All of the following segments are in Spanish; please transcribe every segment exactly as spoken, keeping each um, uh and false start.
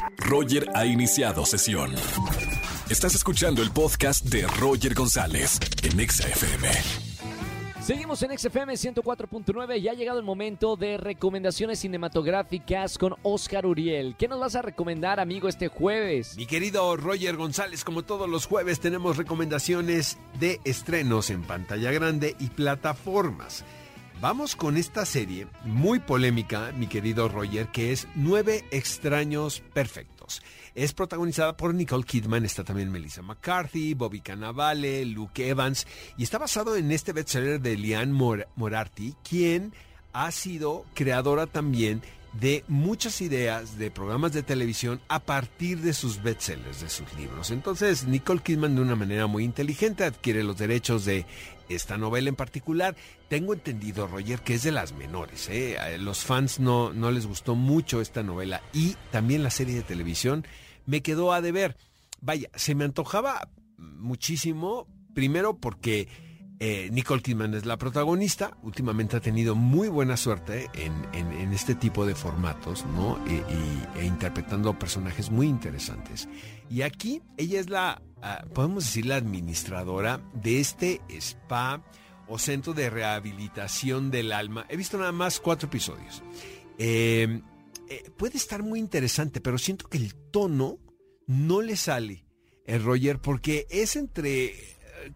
Roger ha iniciado sesión. Estás escuchando el podcast de Roger González en Exa F M. Seguimos en Exa F M ciento cuatro punto nueve y ha llegado el momento de recomendaciones cinematográficas con Oscar Uriel. ¿Qué nos vas a recomendar, amigo, este jueves? Mi querido Roger González, como todos los jueves tenemos recomendaciones de estrenos en pantalla grande y plataformas. Vamos con esta serie muy polémica, mi querido Roger, que es Nueve Extraños Perfectos. Es protagonizada por Nicole Kidman, está también Melissa McCarthy, Bobby Cannavale, Luke Evans, y está basado en este bestseller de Liane Mor- Moriarty, quien ha sido creadora también de muchas ideas de programas de televisión a partir de sus bestsellers, de sus libros. Entonces, Nicole Kidman, de una manera muy inteligente, adquiere los derechos de esta novela en particular. Tengo entendido, Roger, que es de las menores, ¿eh? A los fans no, no les gustó mucho esta novela, y también la serie de televisión me quedó a deber. Vaya, se me antojaba muchísimo, primero porque eh, Nicole Kidman es la protagonista. Últimamente ha tenido muy buena suerte en, en, en este tipo de formatos, ¿no? E, y, e interpretando personajes muy interesantes. Y aquí ella es la, uh, podemos decir, la administradora de este spa o centro de rehabilitación del alma. He visto nada más cuatro episodios. Eh... Eh, puede estar muy interesante, pero siento que el tono no le sale, eh, Roger, porque es entre eh,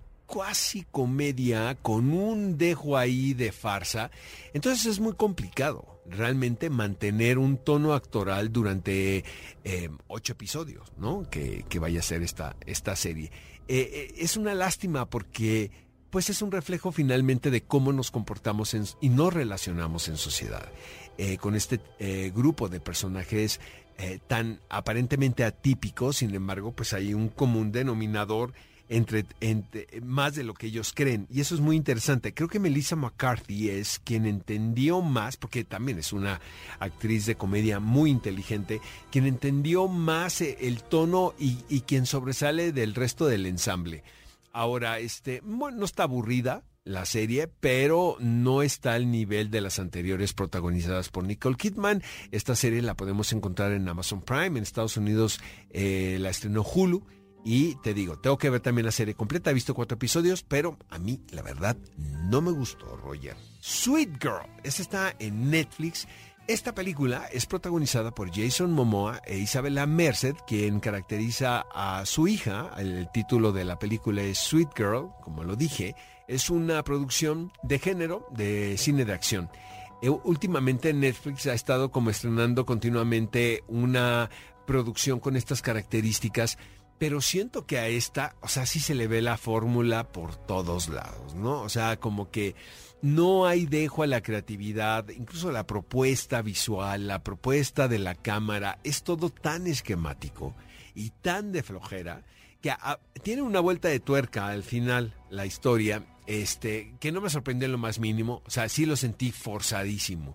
cuasi comedia con un dejo ahí de farsa. Entonces es muy complicado realmente mantener un tono actoral durante eh, ocho episodios, ¿no? Que, que vaya a ser esta, esta serie. Eh, eh, es una lástima porque pues es un reflejo finalmente de cómo nos comportamos en, y nos relacionamos en sociedad. Eh, con este eh, grupo de personajes eh, tan aparentemente atípicos, sin embargo, pues hay un común denominador entre, entre más de lo que ellos creen, y eso es muy interesante. Creo que Melissa McCarthy es quien entendió más, porque también es una actriz de comedia muy inteligente, quien entendió más el tono y, y quien sobresale del resto del ensamble. Ahora, este, bueno, no está aburrida la serie, pero no está al nivel de las anteriores protagonizadas por Nicole Kidman. Esta serie la podemos encontrar en Amazon Prime. En Estados Unidos eh, la estrenó Hulu. Y te digo, tengo que ver también la serie completa. He visto cuatro episodios, pero a mí, la verdad, no me gustó, Roger. Sweet Girl, esta está en Netflix. Esta película es protagonizada por Jason Momoa e Isabella Merced, quien caracteriza a su hija. El título de la película es Sweet Girl, como lo dije. Es una producción de género de cine de acción. Eh, últimamente Netflix ha estado como estrenando continuamente una producción con estas características, pero siento que a esta, o sea, sí se le ve la fórmula por todos lados, ¿no? O sea, como que no hay dejo a la creatividad, incluso la propuesta visual, la propuesta de la cámara, es todo tan esquemático y tan de flojera que a, tiene una vuelta de tuerca al final la historia, este, que no me sorprendió en lo más mínimo. O sea, sí lo sentí forzadísimo.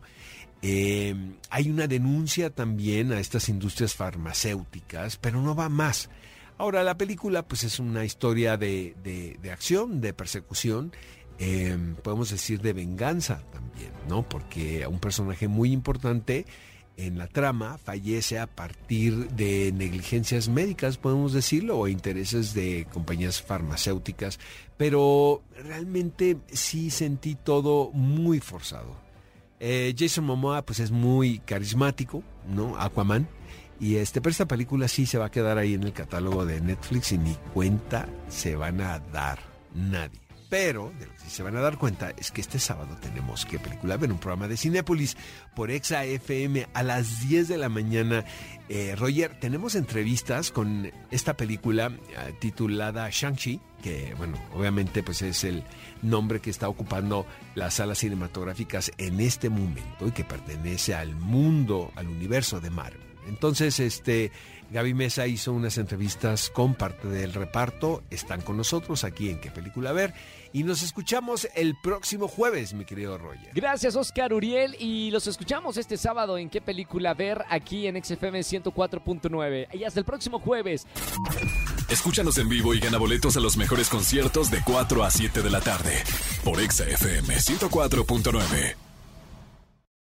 Eh, hay una denuncia también a estas industrias farmacéuticas, pero no va más. Ahora, la película pues es una historia de, de, de acción, de persecución, eh, podemos decir de venganza también, ¿no? Porque un personaje muy importante en la trama fallece a partir de negligencias médicas, podemos decirlo, o intereses de compañías farmacéuticas, pero realmente sí sentí todo muy forzado. Eh, Jason Momoa pues es muy carismático, ¿no? Aquaman. Y este, pero esta película sí se va a quedar ahí en el catálogo de Netflix y ni cuenta se van a dar nadie. Pero de lo que sí se van a dar cuenta es que este sábado tenemos que película ver un programa de Cinépolis por Exa F M a las diez de la mañana. Eh, Roger, tenemos entrevistas con esta película eh, titulada Shang-Chi, que bueno, obviamente pues es el nombre que está ocupando las salas cinematográficas en este momento y que pertenece al mundo, al universo de Marvel. Entonces, este, Gaby Mesa hizo unas entrevistas con parte del reparto. Están con nosotros aquí en ¿Qué película ver? Y nos escuchamos el próximo jueves, mi querido Roger. Gracias, Oscar Uriel. Y los escuchamos este sábado en ¿Qué película ver? Aquí en X F M ciento cuatro punto nueve. Y hasta el próximo jueves. Escúchanos en vivo y gana boletos a los mejores conciertos de cuatro a siete de la tarde por Exa F M ciento cuatro punto nueve.